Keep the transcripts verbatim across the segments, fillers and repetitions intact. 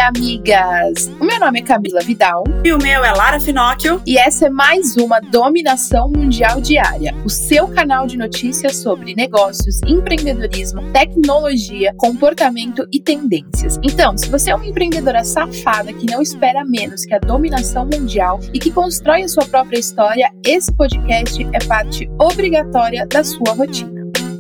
amigas! O meu nome é Camila Vidal. E o meu é Lara Finocchio. E essa é mais uma Dominação Mundial Diária, o seu canal de notícias sobre negócios, empreendedorismo, tecnologia, comportamento e tendências. Então, se você é uma empreendedora safada que não espera menos que a dominação mundial e que constrói a sua própria história, esse podcast é parte obrigatória da sua rotina.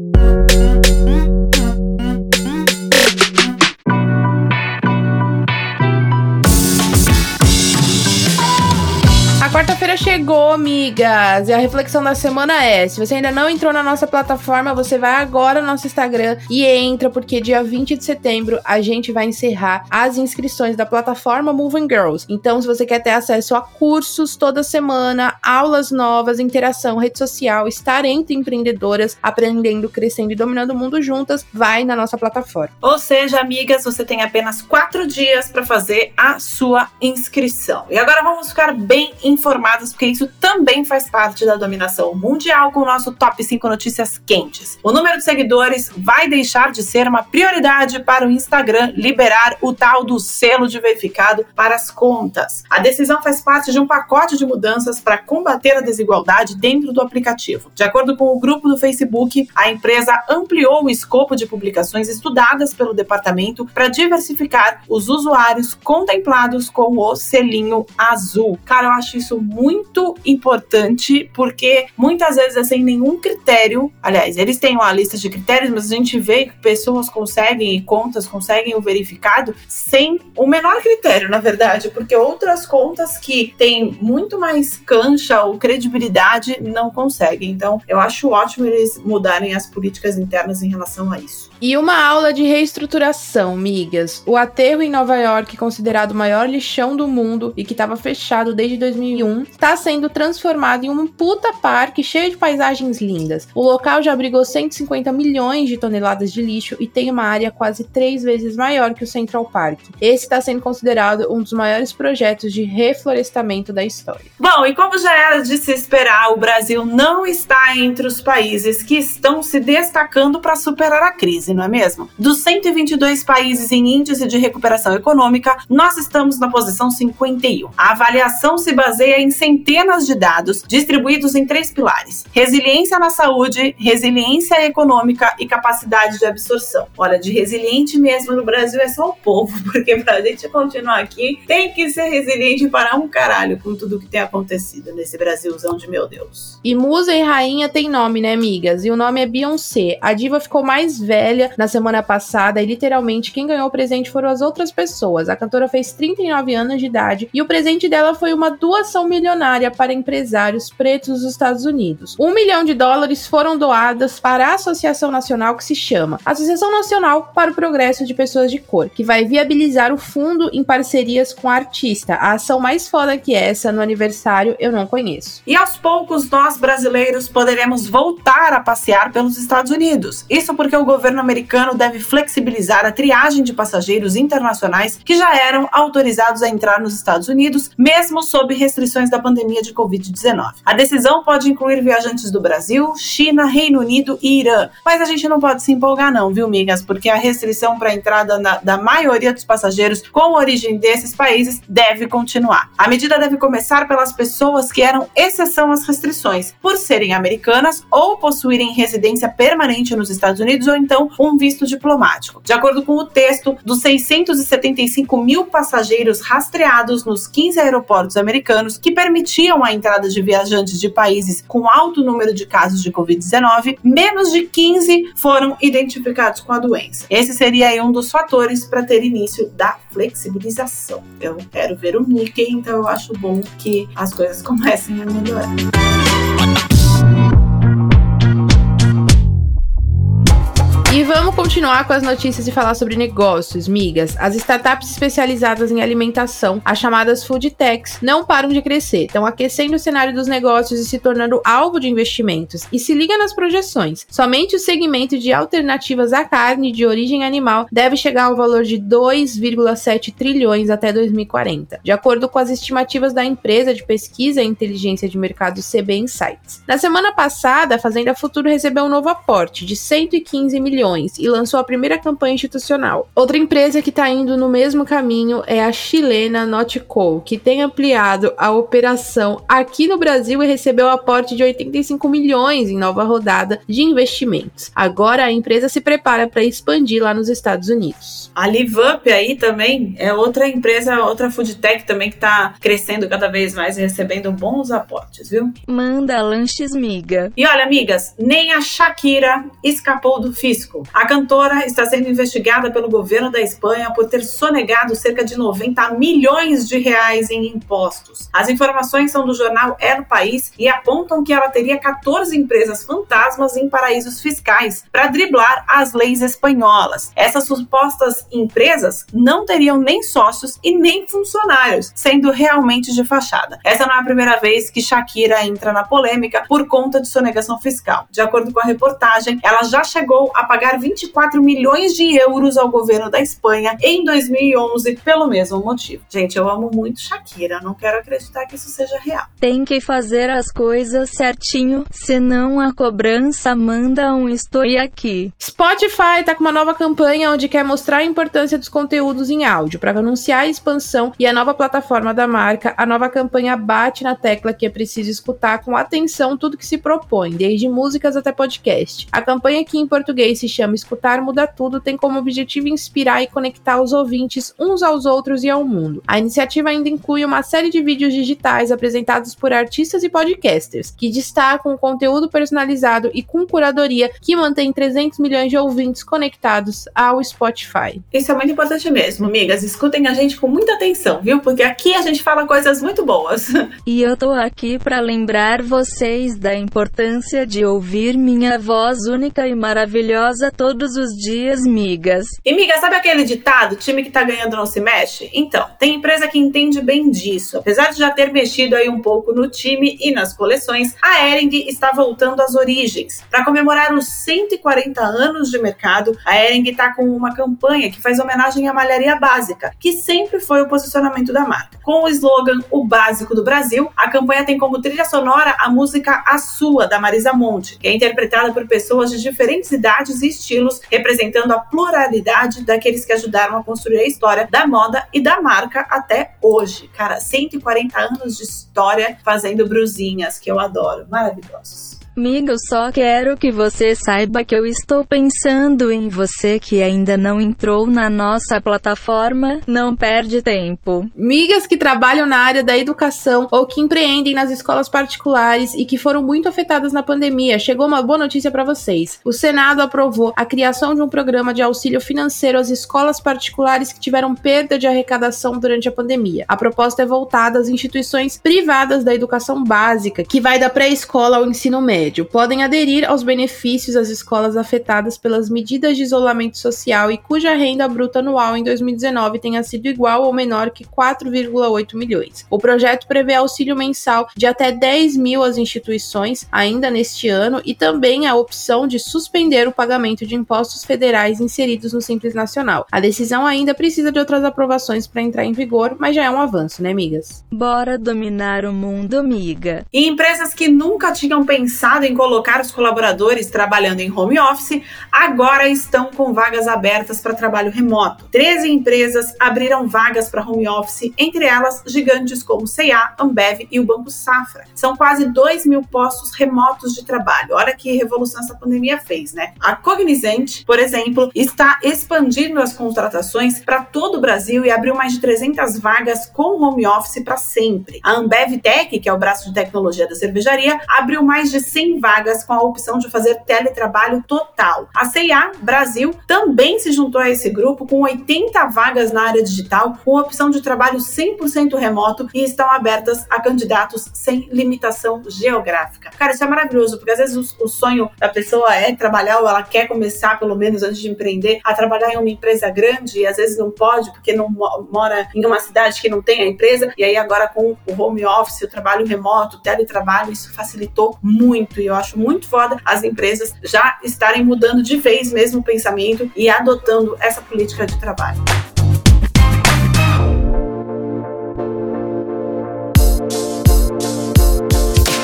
Quarta-feira chegou, amigas, e a reflexão da semana é: se você ainda não entrou na nossa plataforma, você vai agora no nosso Instagram e entra, porque dia vinte de setembro a gente vai encerrar as inscrições da plataforma Moving Girls. Então, se você quer ter acesso a cursos toda semana, aulas novas, interação, rede social, estar entre empreendedoras, aprendendo, crescendo e dominando o mundo juntas, vai na nossa plataforma. Ou seja, amigas, você tem apenas quatro dias para fazer a sua inscrição. E agora vamos ficar bem informados informadas, porque isso também faz parte da dominação mundial com o nosso top cinco notícias quentes. O número de seguidores vai deixar de ser uma prioridade para o Instagram liberar o tal do selo de verificado para as contas. A decisão faz parte de um pacote de mudanças para combater a desigualdade dentro do aplicativo. De acordo com o grupo do Facebook, a empresa ampliou o escopo de publicações estudadas pelo departamento para diversificar os usuários contemplados com o selinho azul. Cara, eu acho isso muito importante, porque muitas vezes é sem nenhum critério. Aliás, eles têm uma lista de critérios, mas a gente vê que pessoas conseguem e contas conseguem o verificado sem o menor critério, na verdade, porque outras contas que têm muito mais cancha ou credibilidade não conseguem. Então, eu acho ótimo eles mudarem as políticas internas em relação a isso. E uma aula de reestruturação, migas. O aterro em Nova York, considerado o maior lixão do mundo e que estava fechado desde dois mil e um, está sendo transformado em um puta parque cheio de paisagens lindas. O local já abrigou cento e cinquenta milhões de toneladas de lixo e tem uma área quase três vezes maior que o Central Park. Esse está sendo considerado um dos maiores projetos de reflorestamento da história. Bom, e como já era de se esperar, o Brasil não está entre os países que estão se destacando para superar a crise, não é mesmo? Dos cento e vinte e dois países em índice de recuperação econômica, nós estamos na posição cinquenta e um. A avaliação se baseia em centenas de dados distribuídos em três pilares: resiliência na saúde, resiliência econômica e capacidade de absorção. Olha, de resiliente mesmo no Brasil é só o povo, porque pra gente continuar aqui tem que ser resiliente para um caralho com tudo que tem acontecido nesse Brasilzão de meu Deus. E musa e rainha tem nome, né, amigas? E o nome é Beyoncé. A diva ficou mais velha na semana passada e literalmente quem ganhou o presente foram as outras pessoas. A cantora fez trinta e nove anos de idade e o presente dela foi uma doação milionária para empresários pretos dos Estados Unidos. Um milhão de dólares foram doadas para a associação nacional que se chama Associação Nacional para o Progresso de Pessoas de Cor, que vai viabilizar o fundo em parcerias com a artista. A ação mais foda que essa no aniversário eu não conheço. E aos poucos nós brasileiros poderemos voltar a passear pelos Estados Unidos. Isso porque o governo americano deve flexibilizar a triagem de passageiros internacionais que já eram autorizados a entrar nos Estados Unidos, mesmo sob restrições da pandemia de covid dezenove. A decisão pode incluir viajantes do Brasil, China, Reino Unido e Irã. Mas a gente não pode se empolgar não, viu, migas? Porque a restrição para a entrada na, da maioria dos passageiros com origem desses países deve continuar. A medida deve começar pelas pessoas que eram exceção às restrições, por serem americanas ou possuírem residência permanente nos Estados Unidos ou então um visto diplomático. De acordo com o texto, dos seiscentos e setenta e cinco mil passageiros rastreados nos quinze aeroportos americanos que permitiam a entrada de viajantes de países com alto número de casos de covid dezenove, menos de quinze foram identificados com a doença. Esse seria aí um dos fatores para ter início da flexibilização. Eu quero ver o Mickey, então eu acho bom que as coisas comecem a melhorar. E vamos continuar com as notícias e falar sobre negócios, migas. As startups especializadas em alimentação, as chamadas food techs, não param de crescer, estão aquecendo o cenário dos negócios e se tornando alvo de investimentos. E se liga nas projeções, somente o segmento de alternativas à carne de origem animal deve chegar ao valor de dois vírgula sete trilhões até dois mil e quarenta, de acordo com as estimativas da empresa de pesquisa e inteligência de mercado C B Insights. Na semana passada, a Fazenda Futuro recebeu um novo aporte de cento e quinze milhões e lançou a primeira campanha institucional. Outra empresa que está indo no mesmo caminho é a chilena Notco, que tem ampliado a operação aqui no Brasil e recebeu o aporte de oitenta e cinco milhões em nova rodada de investimentos. Agora a empresa se prepara para expandir lá nos Estados Unidos. A LiveUp aí também é outra empresa, outra food tech também que está crescendo cada vez mais e recebendo bons aportes, viu? Manda lanches, miga. E olha, amigas, nem a Shakira escapou do fisco. A cantora está sendo investigada pelo governo da Espanha por ter sonegado cerca de noventa milhões de reais em impostos. As informações são do jornal El País e apontam que ela teria quatorze empresas fantasmas em paraísos fiscais para driblar as leis espanholas. Essas supostas empresas não teriam nem sócios e nem funcionários, sendo realmente de fachada. Essa não é a primeira vez que Shakira entra na polêmica por conta de sonegação fiscal. De acordo com a reportagem, ela já chegou a pagar vinte e quatro milhões de euros ao governo da Espanha em dois mil e onze pelo mesmo motivo. Gente, eu amo muito Shakira, não quero acreditar que isso seja real. Tem que fazer as coisas certinho, senão a cobrança manda um estou aqui. Spotify tá com uma nova campanha onde quer mostrar a importância dos conteúdos em áudio. Para anunciar a expansão e a nova plataforma da marca, a nova campanha bate na tecla que é preciso escutar com atenção tudo que se propõe, desde músicas até podcast. A campanha, que em português se chama Escutar Muda Tudo, tem como objetivo inspirar e conectar os ouvintes uns aos outros e ao mundo. A iniciativa ainda inclui uma série de vídeos digitais apresentados por artistas e podcasters, que destacam o conteúdo personalizado e com curadoria que mantém trezentos milhões de ouvintes conectados ao Spotify. Isso é muito importante mesmo, amigas. Escutem a gente com muita atenção, viu? Porque aqui a gente fala coisas muito boas. E eu tô aqui pra lembrar vocês da importância de ouvir minha voz única e maravilhosa todos os dias, migas. E, miga, sabe aquele ditado, time que tá ganhando não se mexe? Então, tem empresa que entende bem disso. Apesar de já ter mexido aí um pouco no time e nas coleções, a Hering está voltando às origens. Para comemorar os cento e quarenta anos de mercado, a Hering está com uma campanha que faz homenagem à malharia básica, que sempre foi o posicionamento da marca. Com o slogan O Básico do Brasil, a campanha tem como trilha sonora a música A Sua, da Marisa Monte, que é interpretada por pessoas de diferentes idades e estilos, representando a pluralidade daqueles que ajudaram a construir a história da moda e da marca até hoje. Cara, cento e quarenta anos de história fazendo brusinhas, que eu adoro. Maravilhosos. Amigo, só quero que você saiba que eu estou pensando em você que ainda não entrou na nossa plataforma. Não perde tempo. Migas que trabalham na área da educação ou que empreendem nas escolas particulares e que foram muito afetadas na pandemia, chegou uma boa notícia para vocês. O Senado aprovou a criação de um programa de auxílio financeiro às escolas particulares que tiveram perda de arrecadação durante a pandemia. A proposta é voltada às instituições privadas da educação básica, que vai da pré-escola ao ensino médio. Podem aderir aos benefícios as escolas afetadas pelas medidas de isolamento social e cuja renda bruta anual em dois mil e dezenove tenha sido igual ou menor que quatro vírgula oito milhões. O projeto prevê auxílio mensal de até dez mil às instituições ainda neste ano e também a opção de suspender o pagamento de impostos federais inseridos no Simples Nacional. A decisão ainda precisa de outras aprovações para entrar em vigor, mas já é um avanço, né, amigas? Bora dominar o mundo, amiga. E empresas que nunca tinham pensado em colocar os colaboradores trabalhando em home office, agora estão com vagas abertas para trabalho remoto. treze empresas abriram vagas para home office, entre elas gigantes como C e A, Ambev e o Banco Safra. São quase dois mil postos remotos de trabalho. Olha que revolução essa pandemia fez, né? A Cognizant, por exemplo, está expandindo as contratações para todo o Brasil e abriu mais de trezentas vagas com home office para sempre. A Ambev Tech, que é o braço de tecnologia da cervejaria, abriu mais de cem vagas com a opção de fazer teletrabalho total. A C e A Brasil também se juntou a esse grupo com oitenta vagas na área digital, com a opção de trabalho cem por cento remoto e estão abertas a candidatos sem limitação geográfica. Cara, isso é maravilhoso, porque às vezes o, o sonho da pessoa é trabalhar, ou ela quer começar, pelo menos antes de empreender, a trabalhar em uma empresa grande e às vezes não pode, porque não mora em uma cidade que não tem a empresa, e aí agora com o home office, o trabalho remoto, o teletrabalho, isso facilitou muito. E eu acho muito foda as empresas já estarem mudando de vez mesmo o pensamento e adotando essa política de trabalho. E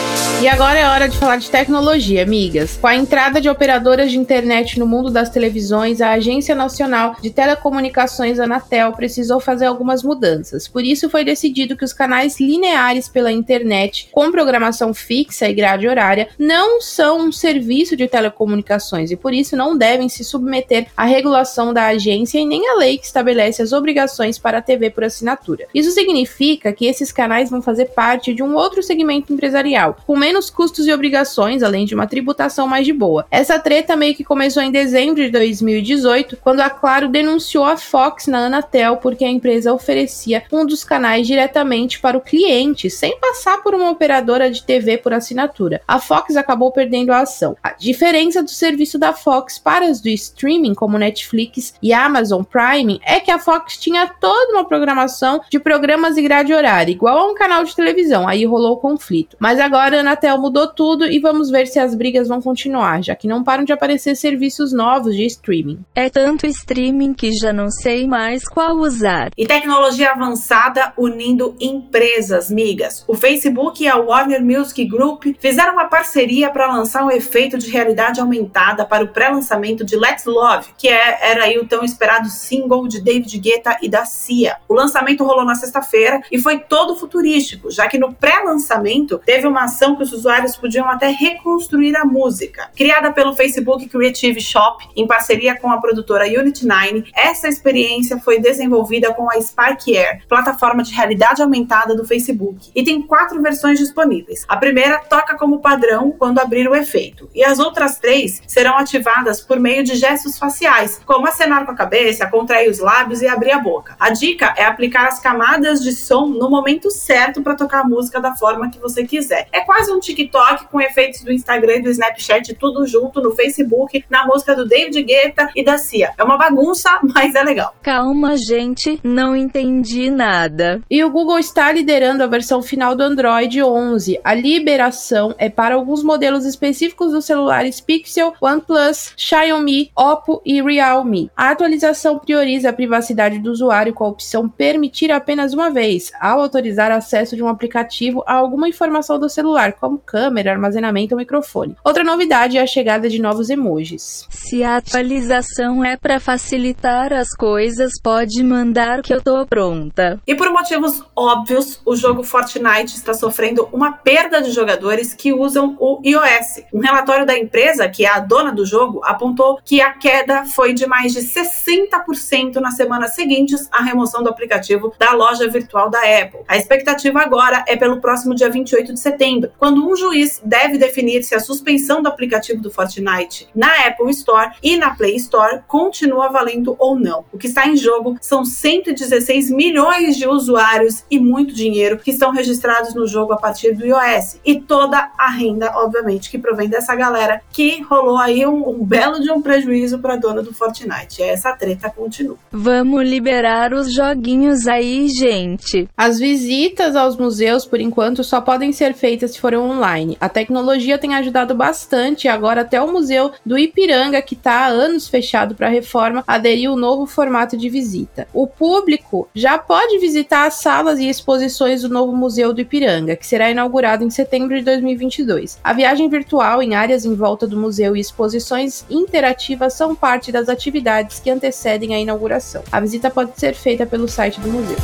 E agora é hora de falar de tecnologia, amigas. Com a entrada de operadoras de internet no mundo das televisões, a Agência Nacional de Telecomunicações, Anatel, precisou fazer algumas mudanças. Por isso foi decidido que os canais lineares pela internet, com programação fixa e grade horária, não são um serviço de telecomunicações e por isso não devem se submeter à regulação da agência e nem à lei que estabelece as obrigações para a T V por assinatura. Isso significa que esses canais vão fazer parte de um outro segmento empresarial, com menos custos e obrigações, além de uma tributação mais de boa. Essa treta meio que começou em dezembro de dois mil e dezoito, quando a Claro denunciou a Fox na Anatel porque a empresa oferecia um dos canais diretamente para o cliente, sem passar por uma operadora de T V por assinatura. A Fox acabou perdendo a ação. A diferença do serviço da Fox para as do streaming, como Netflix e Amazon Prime, é que a Fox tinha toda uma programação de programas e grade horária, igual a um canal de televisão, aí rolou o conflito. Mas agora a Anatel mudou tudo e vamos ver se as brigas vão continuar, já que não param de aparecer serviços novos de streaming. É tanto streaming que já não sei mais qual usar. E tecnologia avançada unindo empresas, migas. O Facebook e a Warner Music Group fizeram uma parceria para lançar um efeito de realidade aumentada para o pré-lançamento de Let's Love, que é, era aí o tão esperado single de David Guetta e da Cia. O lançamento rolou na sexta-feira e foi todo futurístico, já que no pré-lançamento teve uma ação que os usuários podiam até reconstruir a música. Criada pelo Facebook Creative Shop, em parceria com a produtora Unity nine, essa experiência foi desenvolvida com a Spark Air, plataforma de realidade aumentada do Facebook, e tem quatro versões disponíveis. A primeira toca como padrão quando abrir o efeito, e as outras três serão ativadas por meio de gestos faciais, como acenar com a cabeça, contrair os lábios e abrir a boca. A dica é aplicar as camadas de som no momento certo para tocar a música da forma que você quiser. É quase um TikTok com efeitos do Instagram e do Snapchat, tudo junto no Facebook, na música do David Guetta e da Cia. É uma bagunça, mas é legal. Calma, gente, não entendi nada. E o Google está liderando a versão final do Android onze. A liberação é para alguns modelos específicos dos celulares Pixel, OnePlus, Xiaomi, Oppo e Realme. A atualização prioriza a privacidade do usuário com a opção permitir apenas uma vez, ao autorizar acesso de um aplicativo a alguma informação do celular, como câmera, armazenamento ou microfone. Outra novidade é a chegada de novos emojis. Se a atualização é para facilitar as coisas, pode mandar que eu tô pronta. E por motivos óbvios, o jogo Fortnite está sofrendo uma perda de jogadores que usam o iOS. Um relatório da empresa, que é a dona do jogo, apontou que a queda foi de mais de sessenta por cento nas semanas seguintes à remoção do aplicativo da loja virtual da Apple. A expectativa agora é pelo próximo dia vinte e oito de setembro, quando um juiz deve definir se a suspensão do aplicativo do Fortnite na Apple Store e na Play Store continua valendo ou não. O que está em jogo são cento e dezesseis milhões de usuários e muito dinheiro que estão registrados no jogo a partir do iOS. E toda a renda, obviamente, que provém dessa galera, que rolou aí um, um belo de um prejuízo para a dona do Fortnite. Essa treta continua. Vamos liberar os joguinhos aí, gente. As visitas aos museus, por enquanto, só podem ser feitas se forem online. A tecnologia tem ajudado bastante, agora até o Museu do Ipiranga, que está há anos fechado para reforma, aderiu ao novo formato de visita. O público já pode visitar as salas e exposições do novo Museu do Ipiranga, que será inaugurado em setembro de dois mil e vinte e dois. A viagem virtual em áreas em volta do museu e exposições interativas são parte das atividades que antecedem a inauguração. A visita pode ser feita pelo site do museu.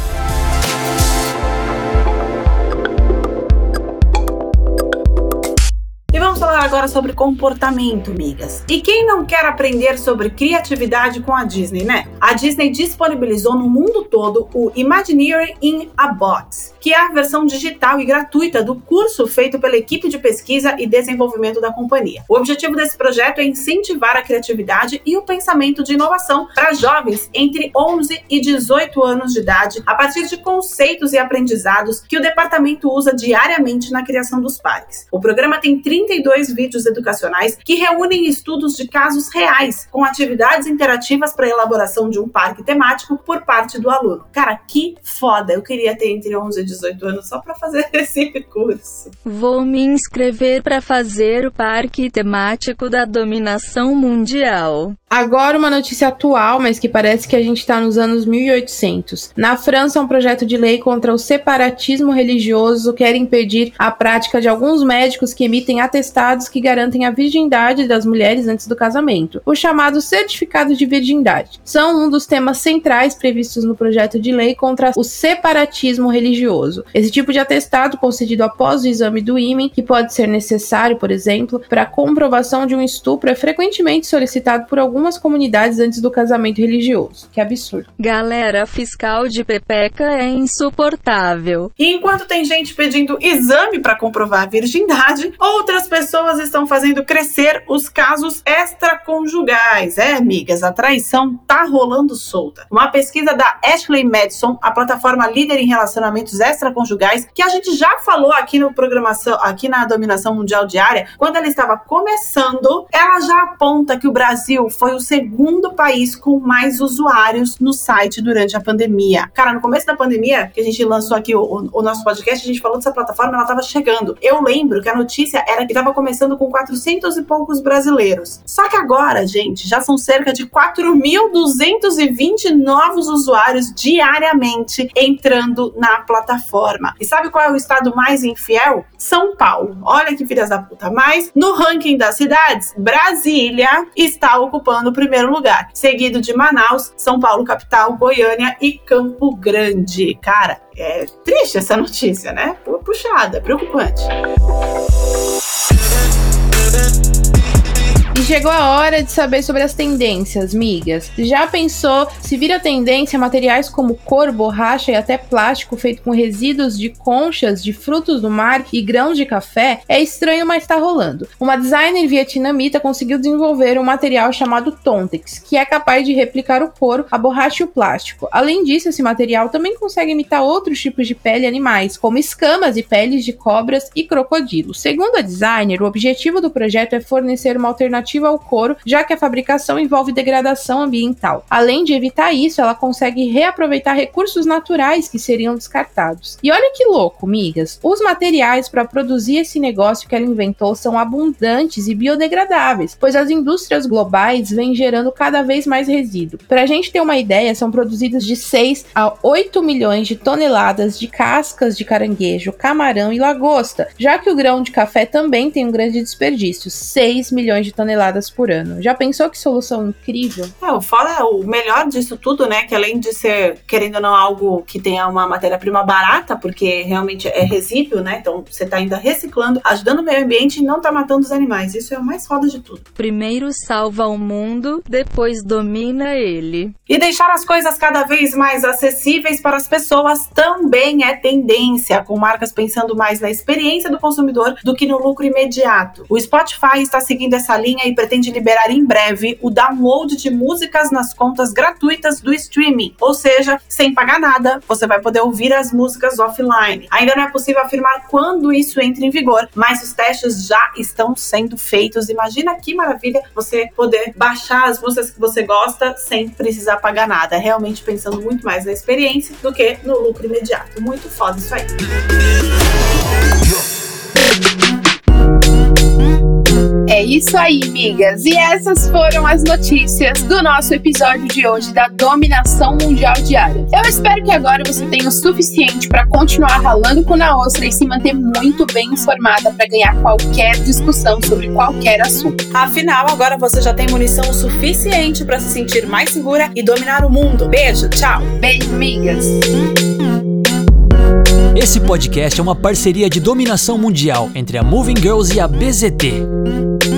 Vamos falar agora sobre comportamento, migas. E quem não quer aprender sobre criatividade com a Disney, né? A Disney disponibilizou no mundo todo o Imagineering in a Box, que é a versão digital e gratuita do curso feito pela equipe de pesquisa e desenvolvimento da companhia. O objetivo desse projeto é incentivar a criatividade e o pensamento de inovação para jovens entre onze e dezoito anos de idade, a partir de conceitos e aprendizados que o departamento usa diariamente na criação dos parques. O programa tem trinta e dois vídeos educacionais que reúnem estudos de casos reais, com atividades interativas para a elaboração de um parque temático por parte do aluno. Cara, que foda! Eu queria ter entre onze e dezoito anos só para fazer esse curso. Vou me inscrever para fazer o parque temático da dominação mundial. Agora uma notícia atual, mas que parece que a gente tá nos anos mil e oitocentos. Na França, um projeto de lei contra o separatismo religioso quer impedir a prática de alguns médicos que emitem atestados que garantem a virgindade das mulheres antes do casamento, o chamado certificado de virgindade. São um dos temas centrais previstos no projeto de lei contra o separatismo religioso. Esse tipo de atestado concedido após o exame do ímen, que pode ser necessário, por exemplo, para a comprovação de um estupro, é frequentemente solicitado por algumas comunidades antes do casamento religioso. Que absurdo. Galera, fiscal de pepeca é insuportável. E enquanto tem gente pedindo exame para comprovar a virgindade, outras pessoas estão fazendo crescer os casos extraconjugais. É, amigas, a traição tá rolando solta. Uma pesquisa da Ashley Madison, a plataforma líder em relacionamentos extraconjugais, que a gente já falou aqui no programação, aqui na Dominação Mundial Diária, quando ela estava começando, ela já aponta que o Brasil foi o segundo país com mais usuários no site durante a pandemia. Cara, no começo da pandemia, que a gente lançou aqui o, o, o nosso podcast, a gente falou dessa plataforma, ela estava chegando. Eu lembro que a notícia era que estava começando com quatrocentos e poucos brasileiros. Só que agora, gente, já são cerca de quatro mil duzentos e vinte novos usuários diariamente entrando na plataforma. E sabe qual é o estado mais infiel? São Paulo. Olha que filhas da puta. Mas no ranking das cidades, Brasília está ocupando o primeiro lugar, seguido de Manaus, São Paulo capital, Goiânia e Campo Grande. Cara, é triste essa notícia, né? Puxada, preocupante. E chegou a hora de saber sobre as tendências, migas. Já pensou se vira tendência materiais como couro, borracha e até plástico feito com resíduos de conchas de frutos do mar e grãos de café? É estranho, mas tá rolando. Uma designer vietnamita conseguiu desenvolver um material chamado Tontex, que é capaz de replicar o couro, a borracha e o plástico. Além disso, esse material também consegue imitar outros tipos de pele animais, como escamas e peles de cobras e crocodilos. Segundo a designer, o objetivo do projeto é fornecer uma alternativa ao couro, já que a fabricação envolve degradação ambiental. Além de evitar isso, ela consegue reaproveitar recursos naturais que seriam descartados. E olha que louco, migas, os materiais para produzir esse negócio que ela inventou são abundantes e biodegradáveis, pois as indústrias globais vêm gerando cada vez mais resíduo. Para a gente ter uma ideia, são produzidos de seis a oito milhões de toneladas de cascas de caranguejo, camarão e lagosta, já que o grão de café também tem um grande desperdício, seis milhões de toneladas por ano. Já pensou que solução incrível? É, o foda, o melhor disso tudo, né, que além de ser, querendo ou não, algo que tenha uma matéria-prima barata, porque realmente é resíduo, né, então você tá ainda reciclando, ajudando o meio ambiente e não tá matando os animais. Isso é o mais foda de tudo. Primeiro salva o mundo, depois domina ele. E deixar as coisas cada vez mais acessíveis para as pessoas também é tendência, com marcas pensando mais na experiência do consumidor do que no lucro imediato. O Spotify está seguindo essa linha e pretende liberar em breve o download de músicas nas contas gratuitas do streaming, ou seja, sem pagar nada, você vai poder ouvir as músicas offline. Ainda não é possível afirmar quando isso entra em vigor, mas os testes já estão sendo feitos. Imagina que maravilha você poder baixar as músicas que você gosta sem precisar pagar nada, realmente pensando muito mais na experiência do que no lucro imediato. Muito foda isso aí. É isso aí, migas. E essas foram as notícias do nosso episódio de hoje da Dominação Mundial Diária. Eu espero que agora você tenha o suficiente para continuar ralando com na ostra e se manter muito bem informada para ganhar qualquer discussão sobre qualquer assunto. Afinal, agora você já tem munição o suficiente para se sentir mais segura e dominar o mundo. Beijo, tchau. Beijo, migas. Esse podcast é uma parceria de dominação mundial entre a Moving Girls e a B Z T.